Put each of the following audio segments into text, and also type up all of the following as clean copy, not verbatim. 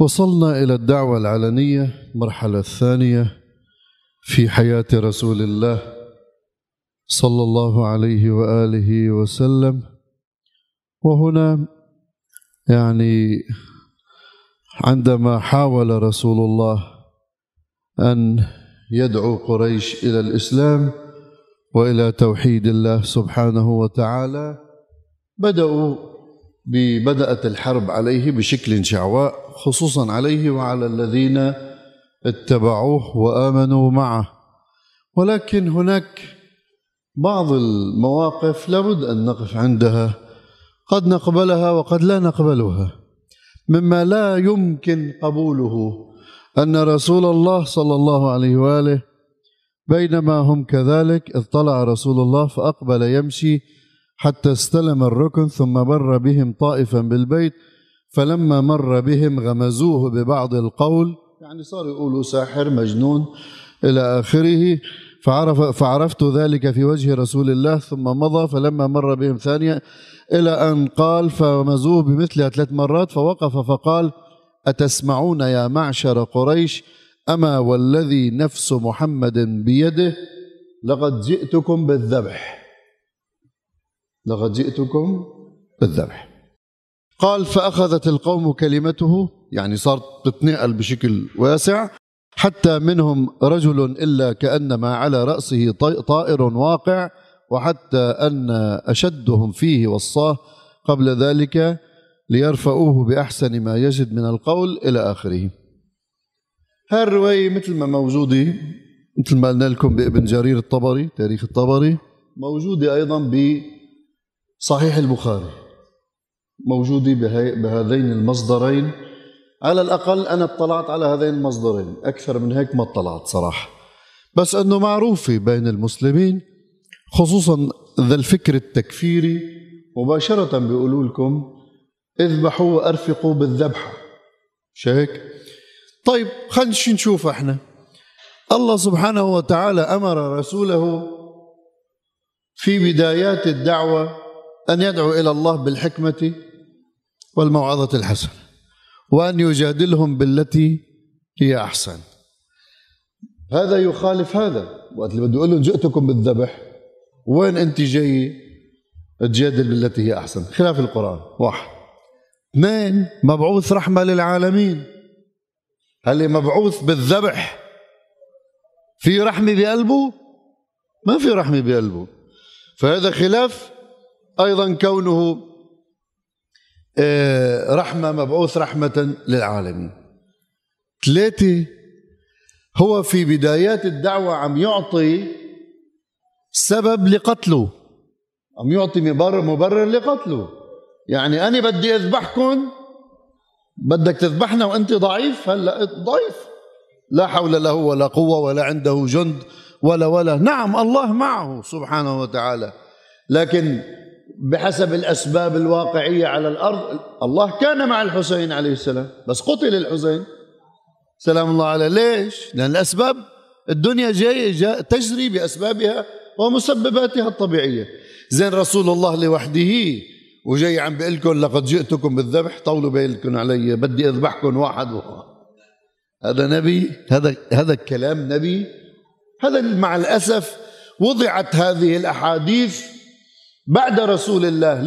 وصلنا إلى الدعوة العلنية، المرحلة الثانية في حياة رسول الله صلى الله عليه وآله وسلم. وهنا عندما حاول رسول الله أن يدعو قريش إلى الإسلام وإلى توحيد الله سبحانه وتعالى، بدأت الحرب عليه بشكل شعواء، خصوصا عليه وعلى الذين اتبعوه وآمنوا معه. ولكن هناك بعض المواقف لابد أن نقف عندها، قد نقبلها وقد لا نقبلها. مما لا يمكن قبوله أن رسول الله صلى الله عليه وآله بينما هم كذلك اطلع رسول الله فأقبل يمشي حتى استلم الركن، ثم مر بهم طائفا بالبيت، فلما مر بهم غمزوه ببعض القول، صاروا يقولوا ساحر مجنون إلى آخره، فعرفت ذلك في وجه رسول الله، ثم مضى فلما مر بهم ثانية إلى أن قال فغمزوه بمثلها 3 مرات، فوقف فقال: أتسمعون يا معشر قريش؟ أما والذي نفس محمد بيده لقد جئتكم بالذبح، لقد جئتكم بالذبح. قال: فأخذت القوم كلمته، صارت تتنقل بشكل واسع، حتى منهم رجل إلا كأنما على رأسه طائر واقع، وحتى أن أشدهم فيه وصاه قبل ذلك ليرفعوه بأحسن ما يجد من القول إلى آخره. هذه الرواية مثل ما موجودة، مثل ما قلنا لكم بابن جرير الطبري، تاريخ الطبري، موجودة أيضا بصحيح البخاري، موجودة بهذين المصدرين. على الأقل أنا اطلعت على هذين المصدرين، أكثر من هيك ما اطلعت صراحة، بس أنه معروفة بين المسلمين، خصوصا ذا الفكر التكفيري مباشرة بيقولوا لكم اذبحوا وأرفقوا بالذبحة، مش هيك؟ طيب خلينا نشوف احنا. الله سبحانه وتعالى أمر رسوله في بدايات الدعوة أن يدعو إلى الله بالحكمة والموعظة الحسنة، وأن يجادلهم بالتي هي أحسن. هذا يخالف هذا، وقت اللي بده يقول لهم جئتكم بالذبح، وين أنت جاي تجادل بالتي هي أحسن؟ خلاف القرآن. 1. 2. مبعوث رحمة للعالمين، هل مبعوث بالذبح في رحمة بقلبه؟ ما في رحمة بقلبه، فهذا خلاف أيضا كونه رحمة، مبعوث رحمة للعالمين. 3. هو في بدايات الدعوة عم يعطي سبب لقتله، عم يعطي مبرر لقتله. أنا بدي أذبحكم، بدك تذبحنا وأنت ضعيف؟ هلأ ضعيف، لا حول له ولا قوة ولا عنده جند ولا نعم الله معه سبحانه وتعالى، لكن بحسب الأسباب الواقعية على الأرض الله كان مع الحسين عليه السلام، بس قتل الحسين سلام الله عليه. ليش؟ لأن الأسباب الدنيا جاية تجري بأسبابها ومسبباتها الطبيعية. زين رسول الله لوحده وجاي عم بيقول لكم لقد جئتكم بالذبح، طولوا بالكم علي، بدي أذبحكم واحد. هذا نبي؟ هذا الكلام نبي؟ هذا مع الأسف وضعت هذه الأحاديث بعد رسول الله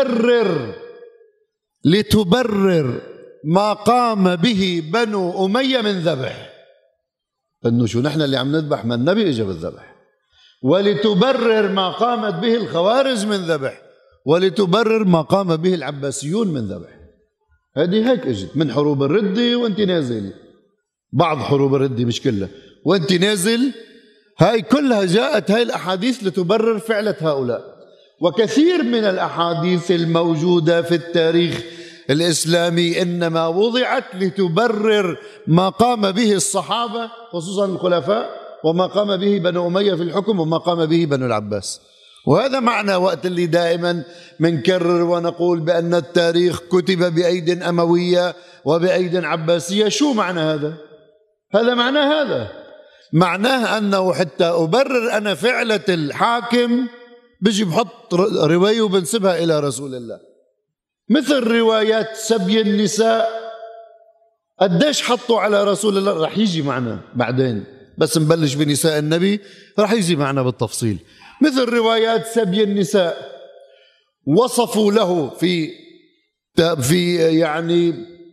لتبرر ما قام به بنو أمية من ذبح، أنه شو نحن اللي عم نذبح؟ ما النبي إجا بالذبح. ولتبرر ما قامت به الخوارج من ذبح، ولتبرر ما قام به العباسيون من ذبح. هذه هيك اجت من حروب الردة وانت نازل، بعض حروب الردة مش كلها، وانت نازل، هاي كلها جاءت هاي الأحاديث لتبرر فعلة هؤلاء. وكثير من الأحاديث الموجودة في التاريخ الإسلامي إنما وضعت لتبرر ما قام به الصحابة خصوصا الخلفاء، وما قام به بنو أمية في الحكم، وما قام به بنو العباس. وهذا معنى وقت اللي دائما منكرر ونقول بأن التاريخ كتب بأيد أموية وبأيد عباسية. شو معنى هذا؟ هذا معناه أنه حتى أبرر أنا فعلة الحاكم بيجي بحط رواية وبنسبها إلى رسول الله، مثل روايات سبي النساء قديش حطوا على رسول الله، رح يجي معنا بعدين، بس نبلش بنساء النبي رح يجي معنا بالتفصيل. مثل روايات سبي النساء، وصفوا له في يعني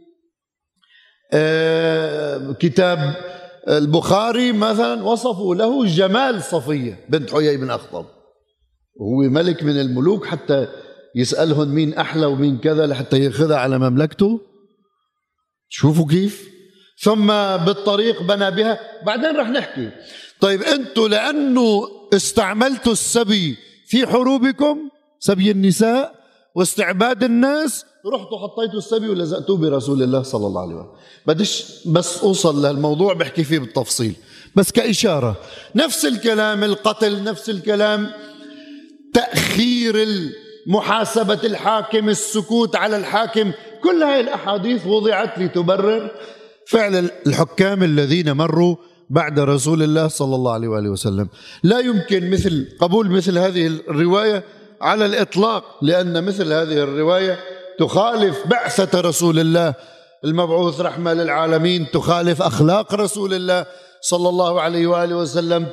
كتاب البخاري مثلا، وصفوا له جمال صفية بنت حيي بن أخطب، وهو ملك من الملوك، حتى يسألهم مين أحلى ومين كذا لحتى يأخذها على مملكته. شوفوا كيف. ثم بالطريق بنى بها. بعدين رح نحكي طيب أنتوا لأنه استعملتوا السبي في حروبكم، سبي النساء واستعباد الناس، رحتوا حطيتوا السبي ولزقتوه برسول الله صلى الله عليه وسلم. بديش بس أوصل للموضوع، بحكي فيه بالتفصيل بس كإشارة. نفس الكلام القتل، نفس الكلام تأخير محاسبة الحاكم، السكوت على الحاكم، كل هاي الأحاديث وضعت لتبرر فعل الحكام الذين مروا بعد رسول الله صلى الله عليه وآله وسلم. لا يمكن قبول مثل هذه الرواية على الإطلاق، لأن مثل هذه الرواية تخالف بعثة رسول الله المبعوث رحمة للعالمين، تخالف أخلاق رسول الله صلى الله عليه وآله وسلم،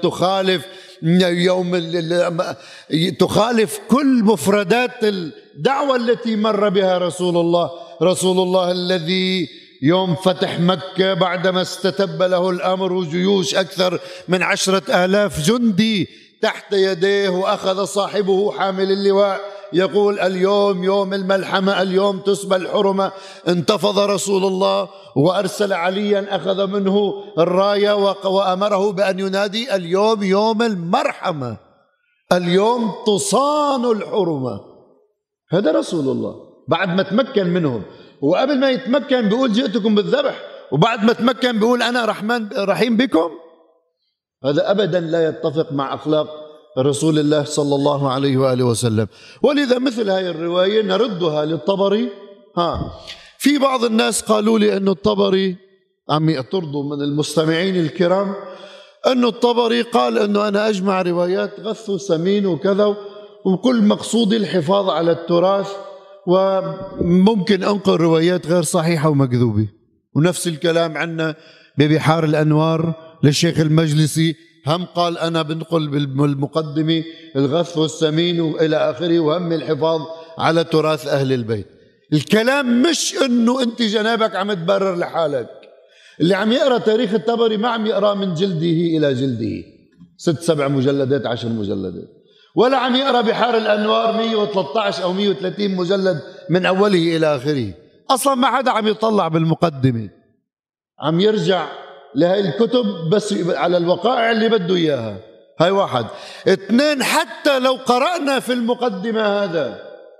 تخالف كل مفردات الدعوة التي مر بها رسول الله الذي يوم فتح مكة بعدما استتب له الأمر، جيوش أكثر من 10,000 جندي تحت يديه، وأخذ صاحبه حامل اللواء يقول اليوم يوم الملحمة، اليوم تسبى الحرمة. انتفض رسول الله وأرسل عليا أخذ منه الراية وأمره بأن ينادي اليوم يوم المرحمة، اليوم تصان الحرمة. هذا رسول الله بعد ما تمكن منهم، وقبل ما يتمكن بيقول جئتكم بالذبح، وبعد ما تمكن بيقول أنا رحيم بكم. هذا أبدا لا يتفق مع أخلاق رسول الله صلى الله عليه وآله وسلم. ولذا مثل هذه الرواية نردها للطبري. في بعض الناس قالوا لي أنه الطبري عم يعترضوا من المستمعين الكرام أنه الطبري قال أنه أنا أجمع روايات غث وسمين وكذا، وكل مقصودي الحفاظ على التراث، وممكن أنقل روايات غير صحيحة ومكذوبة. ونفس الكلام عنا ببحار الأنوار للشيخ المجلسي، هم قال أنا بنقل بالمقدمة الغث والسمين وإلى آخره، وهم الحفاظ على تراث أهل البيت. الكلام مش أنه أنت جنابك عم تبرر لحالك. اللي عم يقرأ تاريخ الطبري ما عم يقرأ من جلده إلى جلده 6-7 مجلدات 10 مجلدات، ولا عم يقرأ بحار الأنوار 113 أو 130 مجلد من أوله إلى آخره. أصلا ما حدا عم يطلع بالمقدمة، عم يرجع لهي الكتب بس على الوقائع اللي بده إياها. هاي واحد. 2، حتى لو قرأنا في المقدمة هذا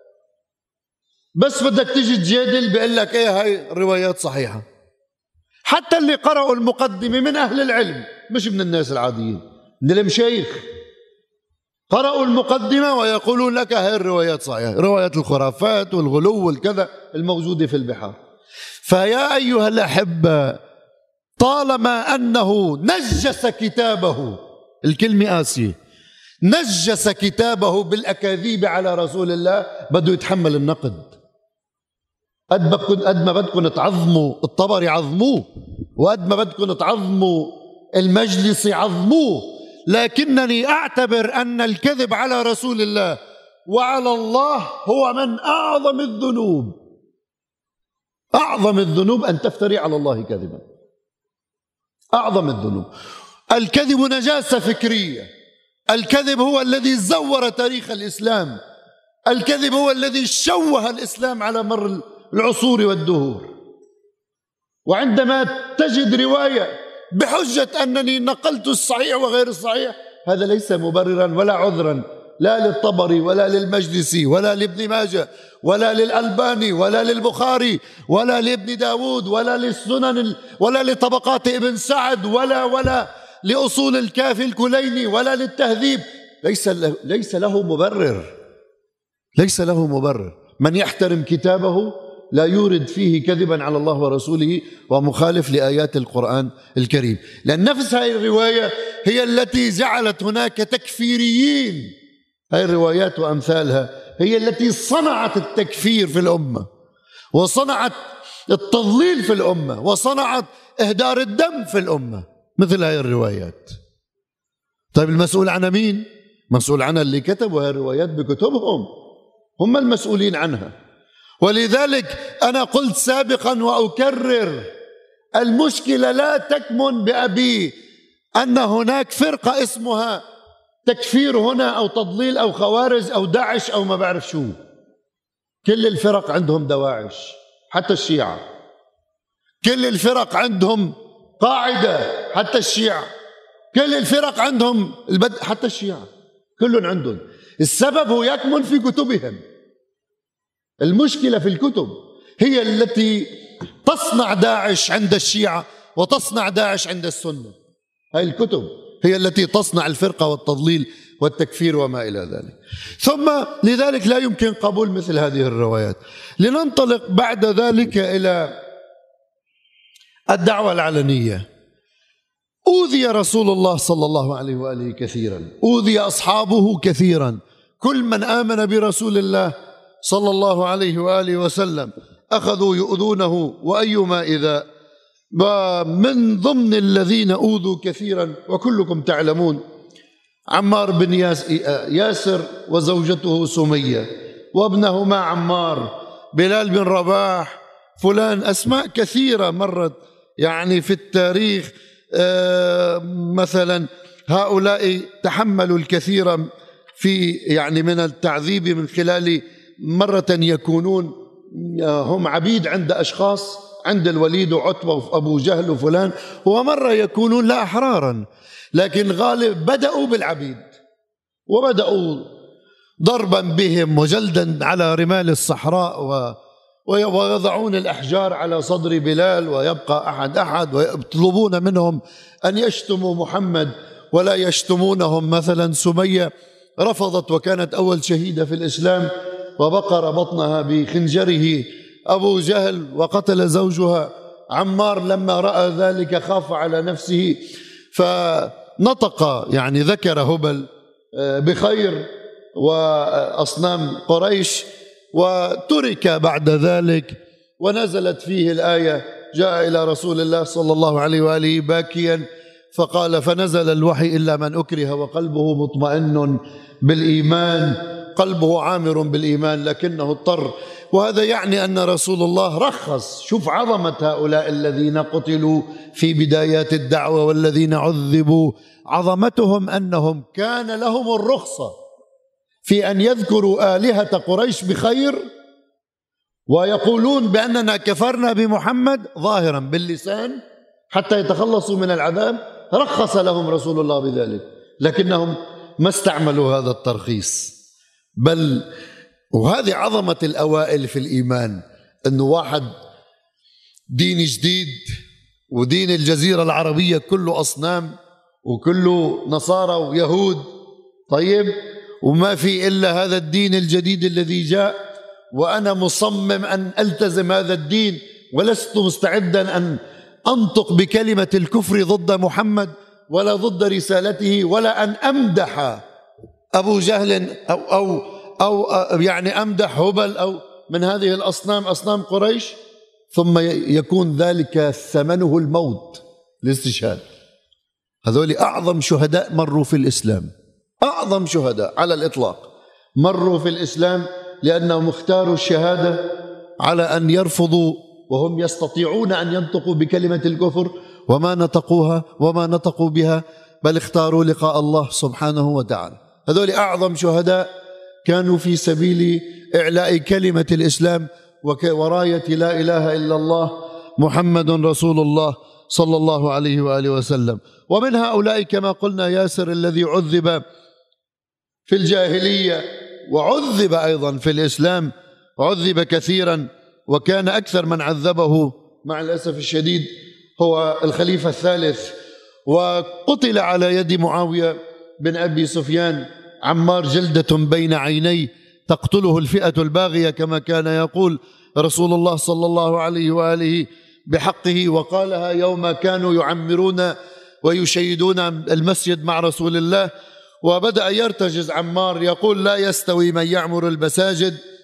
بس بدك تيجي تجادل بيقول لك ايه هاي الروايات صحيحة. حتى اللي قرأوا المقدمة من أهل العلم، مش من الناس العاديين، من المشايخ، قرأوا المقدمة ويقولون لك هاي الروايات صحيحة، روايات الخرافات والغلو والكذا الموجودة في البحار. فيا أيها الأحبة، طالما أنه نجس كتابه، الكلمة قاسية، نجس كتابه بالأكاذيب على رسول الله، بده يتحمل النقد. قد ما بدكم تعظموا الطبري عظموه، وقد ما بدكم تعظموا المجلسي عظموه، لكنني أعتبر أن الكذب على رسول الله وعلى الله هو من أعظم الذنوب. أعظم الذنوب أن تفتري على الله كذبا، أعظم الذنوب. الكذب نجاسة فكرية، الكذب هو الذي زور تاريخ الإسلام، الكذب هو الذي شوه الإسلام على مر العصور والدهور. وعندما تجد رواية بحجة أنني نقلت الصحيح وغير الصحيح، هذا ليس مبررا ولا عذرا لا للطبري ولا للمجلسي ولا لابن ماجه ولا للألباني ولا للبخاري ولا لابن داود ولا للسنن ولا لطبقات ابن سعد ولا لأصول الكافي الكليني ولا للتهذيب. ليس له مبرر، ليس له مبرر. من يحترم كتابه لا يورد فيه كذبا على الله ورسوله ومخالف لآيات القرآن الكريم. لأن نفس هذه الرواية هي التي جعلت هناك تكفيريين، هذه الروايات وأمثالها هي التي صنعت التكفير في الأمة، وصنعت التضليل في الأمة وصنعت إهدار الدم في الأمة، مثل هاي الروايات. طيب المسؤول عنها مين؟ مسؤول عنها اللي كتبوا هاي الروايات بكتبهم، هم المسؤولين عنها. ولذلك أنا قلت سابقا وأكرر، المشكلة لا تكمن بأبي أن هناك فرقة اسمها تكفير هنا أو تضليل أو خوارج أو داعش أو ما بعرف شو. كل الفرق عندهم دواعش، حتى الشيعة. كل الفرق عندهم قاعدة، حتى الشيعة. كل الفرق عندهم حتى الشيعة، كلهم عندهم. السبب هو يكمن في كتبهم. المشكلة في الكتب هي التي تصنع داعش عند الشيعة وتصنع داعش عند السنة. هاي الكتب هي التي تصنع الفرقة والتضليل والتكفير وما إلى ذلك. ثم لذلك لا يمكن قبول مثل هذه الروايات. لننطلق بعد ذلك إلى الدعوة العلنية. أوذي رسول الله صلى الله عليه وآله كثيرا، أوذي أصحابه كثيرا، كل من آمن برسول الله صلى الله عليه وآله وسلم أخذوا يؤذونه وأيما إذا. من ضمن الذين أوذوا كثيرا وكلكم تعلمون عمار بن ياسر وزوجته سمية وابنهما عمار، بلال بن رباح، فلان، أسماء كثيرة مرت يعني في التاريخ. مثلا هؤلاء تحملوا الكثير في يعني من التعذيب من خلال مرة يكونون هم عبيد عند أشخاص، عند الوليد وعتبة وأبو جهل وفلان، ومرة يكونون لا أحرارا، لكن غالب بدأوا بالعبيد وبدأوا ضربا بهم وجلدا على رمال الصحراء ويضعون الأحجار على صدر بلال، ويبقى أحد ويطلبون منهم أن يشتموا محمد ولا يشتمونهم. مثلا سمية رفضت وكانت أول شهيدة في الإسلام، وبقر بطنها بخنجره أبو جهل وقتل زوجها. عمار لما رأى ذلك خاف على نفسه فنطق يعني ذكر هبل بخير وأصنام قريش، وترك بعد ذلك. ونزلت فيه الآية: جاء إلى رسول الله صلى الله عليه وآله باكيا فقال فنزل الوحي إلا من أكره وقلبه مطمئن بالإيمان، قلبه عامر بالإيمان لكنه اضطر. وهذا يعني أن رسول الله رخص. شوف عظمة هؤلاء الذين قتلوا في بدايات الدعوة والذين عذبوا، عظمتهم أنهم كان لهم الرخصة في أن يذكروا آلهة قريش بخير ويقولون بأننا كفرنا بمحمد ظاهرا باللسان حتى يتخلصوا من العذاب. رخص لهم رسول الله بذلك، لكنهم ما استعملوا هذا الترخيص. بل وهذه عظمة الأوائل في الإيمان، أنه واحد دين جديد ودين الجزيرة العربية كله أصنام وكله نصارى ويهود، طيب، وما في إلا هذا الدين الجديد الذي جاء، وأنا مصمم أن ألتزم هذا الدين ولست مستعدا أن أنطق بكلمة الكفر ضد محمد ولا ضد رسالته ولا أن أمدح أبو جهل أو يعني أمدح هبل أو من هذه الأصنام، أصنام قريش، ثم يكون ذلك ثمنه الموت الاستشهاد. هذول أعظم شهداء مروا في الإسلام، أعظم شهداء على الإطلاق مروا في الإسلام، لأنهم اختاروا الشهادة على أن يرفضوا وهم يستطيعون أن ينطقوا بكلمة الكفر وما نطقوها وما نطقوا بها، بل اختاروا لقاء الله سبحانه وتعالى. هذول أعظم شهداء كانوا في سبيل إعلاء كلمة الإسلام وراية لا إله إلا الله محمد رسول الله صلى الله عليه وآله وسلم. ومن هؤلاء كما قلنا ياسر الذي عذب في الجاهلية وعذب أيضا في الإسلام، عذب كثيرا، وكان أكثر من عذبه مع الأسف الشديد هو الخليفة الثالث، وقتل على يد معاوية بن أبي سفيان. عمار جلدة بين عينيه تقتله الفئة الباغية كما كان يقول رسول الله صلى الله عليه وآله بحقه، وقالها يوم كانوا يعمرون ويشيدون المسجد مع رسول الله. وبدأ يرتجز عمار يقول: لا يستوي من يعمر المساجد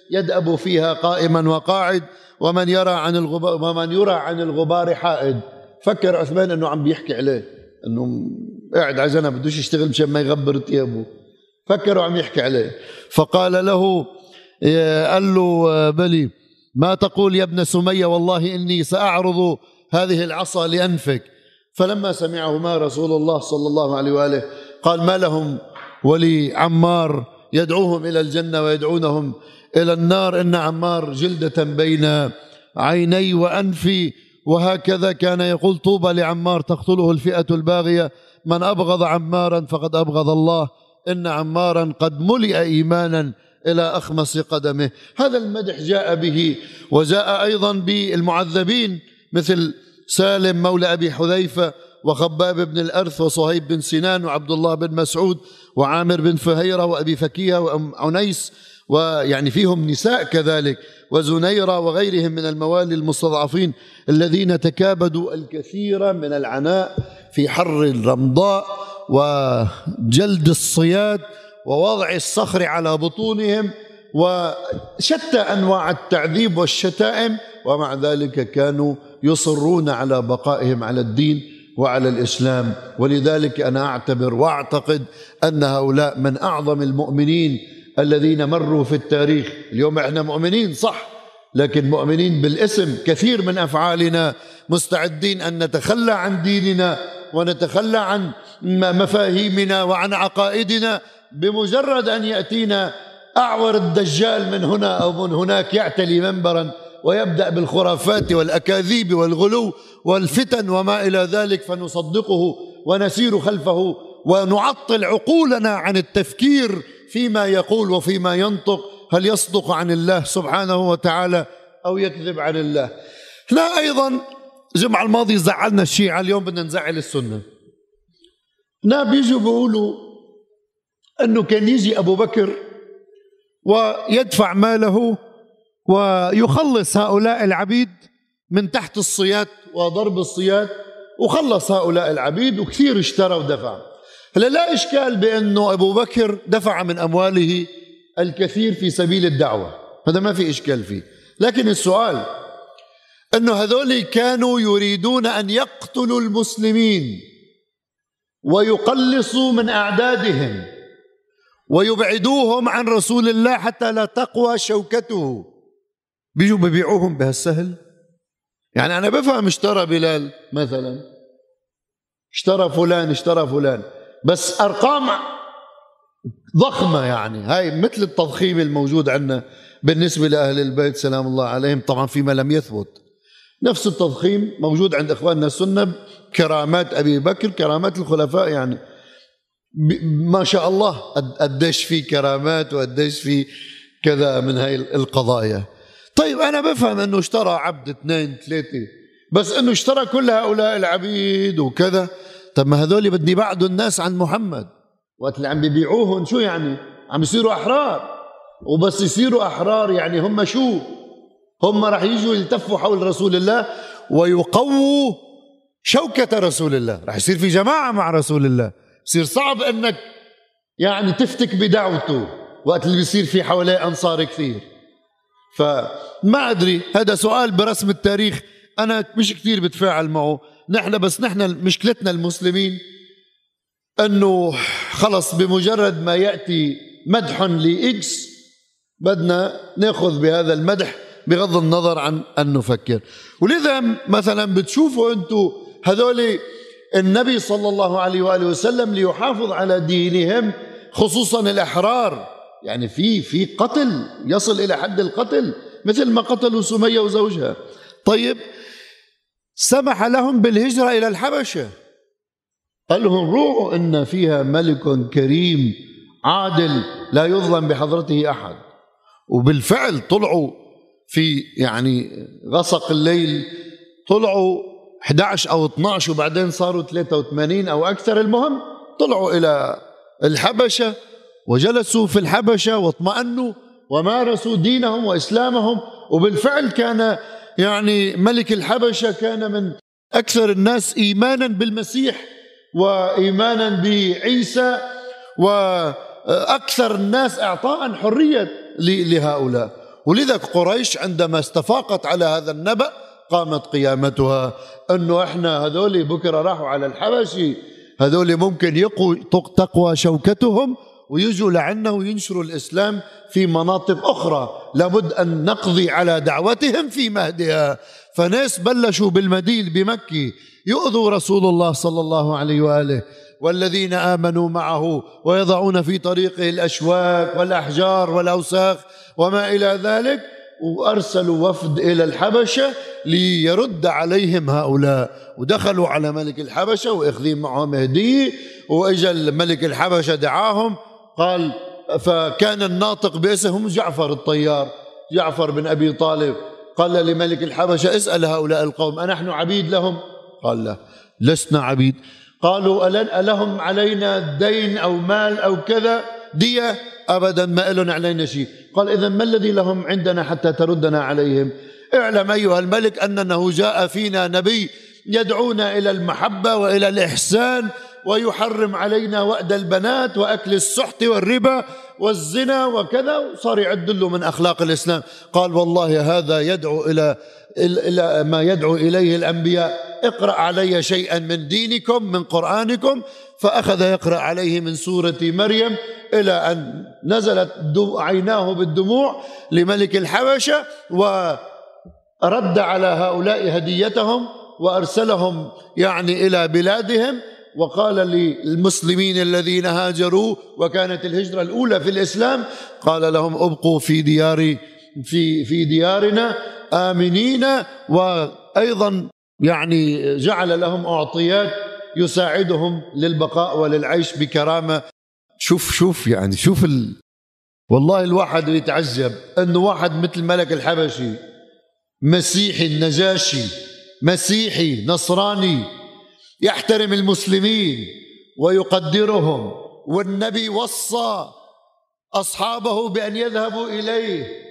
يدأب فيها قائما وقاعد ومن يرى عن الغبار حائد. فكر عثمان أنه عم بيحكي عليه، أنه قاعد على جنب بدوش يشتغل مشان ما يغبر ثيابه، فكروا عم يحكي عليه. فقال له، قال له بلي ما تقول يا ابن سمية؟ والله إني سأعرض هذه العصا لأنفك. فلما سمعهما رسول الله صلى الله عليه وآله قال ما لهم ولعمار يدعوهم إلى الجنة ويدعونهم إلى النار؟ إن عمار جلدة بين عيني وأنفي، وهكذا كان يقول طوبى لعمار تقتله الفئة الباغية، من أبغض عمارا فقد أبغض الله، إن عمارا قد ملئ إيمانا إلى أخمص قدمه. هذا المدح جاء به، وجاء أيضا بالمعذبين مثل سالم مولى أبي حذيفة وخباب بن الأرث وصهيب بن سنان وعبد الله بن مسعود وعامر بن فهيرة وأبي فكيهة وأم عنيس، ويعني فيهم نساء كذلك، وزنيرة وغيرهم من الموالي المستضعفين الذين تكابدوا الكثير من العناء في حر الرمضاء وجلد الصياد ووضع الصخر على بطونهم وشتى أنواع التعذيب والشتائم، ومع ذلك كانوا يصرون على بقائهم على الدين وعلى الإسلام. ولذلك أنا أعتبر وأعتقد أن هؤلاء من أعظم المؤمنين الذين مروا في التاريخ. اليوم احنا مؤمنين صح، لكن مؤمنين بالاسم. كثير من أفعالنا مستعدين أن نتخلى عن ديننا ونتخلى عن مفاهيمنا وعن عقائدنا بمجرد أن يأتينا أعور الدجال من هنا أو من هناك يعتلي منبرا ويبدأ بالخرافات والأكاذيب والغلو والفتن وما إلى ذلك، فنصدقه ونسير خلفه ونعطل عقولنا عن التفكير فيما يقول وفيما ينطق، هل يصدق عن الله سبحانه وتعالى أو يكذب عن الله. لا، أيضا الجمعة الماضية زعلنا الشيعة، اليوم بدنا نزعل السنة. بيجوا بيقولوا أنه كان يجي أبو بكر ويدفع ماله ويخلص هؤلاء العبيد من تحت الصياد وضرب الصياد، وخلص هؤلاء العبيد وكثير اشترى ودفع. هلا لا إشكال بأنه أبو بكر دفع من أمواله الكثير في سبيل الدعوة، هذا ما في إشكال فيه. لكن السؤال أنه هذول كانوا يريدون أن يقتلوا المسلمين ويقلصوا من أعدادهم ويبعدوهم عن رسول الله حتى لا تقوى شوكته. بيجوا ببيعوهم بهالسهل؟ يعني أنا بفهم اشترى بلال مثلا، اشترى فلان، بس أرقام ضخمة، يعني هاي مثل التضخيم الموجود عندنا بالنسبة لأهل البيت سلام الله عليهم، طبعا فيما لم يثبت. نفس التضخيم موجود عند إخواننا السنة، كرامات أبي بكر، كرامات الخلفاء، يعني ما شاء الله قديش في كرامات وقديش في كذا من هاي القضايا. طيب أنا بفهم أنه اشترى عبد 2 3، بس أنه اشترى كل هؤلاء العبيد وكذا. طب ما هذول بدي يبعدوا الناس عن محمد، وقت اللي عم بيبيعوهم شو يعني؟ عم يصيروا أحرار، وبس يصيروا أحرار يعني هم شو؟ هم رح يجوا يلتفوا حول رسول الله ويقووا شوكة رسول الله، رح يصير في جماعة مع رسول الله. يصير صعب أنك يعني تفتك بدعوته وقت اللي بيصير في حواليه أنصار كثير. فما أدري، هذا سؤال برسم التاريخ أنا مش كثير بتفاعل معه. نحن مشكلتنا المسلمين أنه خلص بمجرد ما يأتي مدح لإكس بدنا نأخذ بهذا المدح بغض النظر عن أن نفكر. ولذا مثلا بتشوفوا أنتم هذول النبي صلى الله عليه وآله وسلم ليحافظ على دينهم، خصوصا الأحرار، يعني في قتل يصل إلى حد القتل، مثل ما قتلوا سمية وزوجها. طيب سمح لهم بالهجرة إلى الحبشة، قال لهم روحوا إن فيها ملك كريم عادل لا يظلم بحضرته أحد. وبالفعل طلعوا في يعني غسق الليل، طلعوا 11 أو 12 وبعدين صاروا 83 أو أكثر، المهم طلعوا إلى الحبشة وجلسوا في الحبشة واطمأنوا ومارسوا دينهم وإسلامهم. وبالفعل كان يعني ملك الحبشة كان من أكثر الناس إيمانا بالمسيح وإيمانا بعيسى، وأكثر الناس إعطاء حرية لهؤلاء. ولذا قريش عندما استفاقت على هذا النبأ قامت قيامتها، أنه إحنا هذول بكرة راحوا على الحبشي، هذول ممكن تقوى شوكتهم ويجوا لعنا وينشروا الإسلام في مناطق أخرى، لابد أن نقضي على دعوتهم في مهدها. فناس بلشوا بالمدين بمكة يؤذوا رسول الله صلى الله عليه وآله والذين آمنوا معه، ويضعون في طريقه الأشواك والأحجار والأوساخ وما إلى ذلك، وأرسلوا وفد إلى الحبشة ليرد عليهم هؤلاء، ودخلوا على ملك الحبشة وإخذين معهم هدية، وإجا ملك الحبشة دعاهم، قال فكان الناطق باسمهم جعفر الطيار، جعفر بن أبي طالب، قال لملك الحبشة اسأل هؤلاء القوم أنحن عبيد لهم؟ قال لا، لسنا عبيد. قالوا ألهم علينا دين أو مال أو كذا دية؟ أبدا، ما لهم علينا شيء. قال إذن ما الذي لهم عندنا حتى تردنا عليهم؟ اعلم أيها الملك أنه جاء فينا نبي يدعونا إلى المحبة وإلى الإحسان، ويحرم علينا وأد البنات وأكل السحت والربا والزنا وكذا، صار يعد له من أخلاق الإسلام. قال والله هذا يدعو إلى ما يدعو إليه الأنبياء، اقرأ علي شيئا من دينكم من قرآنكم. فأخذ يقرأ عليه من سورة مريم إلى أن نزلت عيناه بالدموع لملك الحبشة، ورد على هؤلاء هديتهم وأرسلهم يعني إلى بلادهم، وقال للمسلمين الذين هاجروا وكانت الهجرة الأولى في الإسلام، قال لهم ابقوا في ديارنا آمنين، وأيضا يعني جعل لهم أعطيات يساعدهم للبقاء وللعيش بكرامة. شوف يعني والله الواحد يتعجب أنه واحد مثل ملك الحبشي مسيحي، النجاشي مسيحي نصراني يحترم المسلمين ويقدرهم، والنبي وصى أصحابه بأن يذهبوا إليه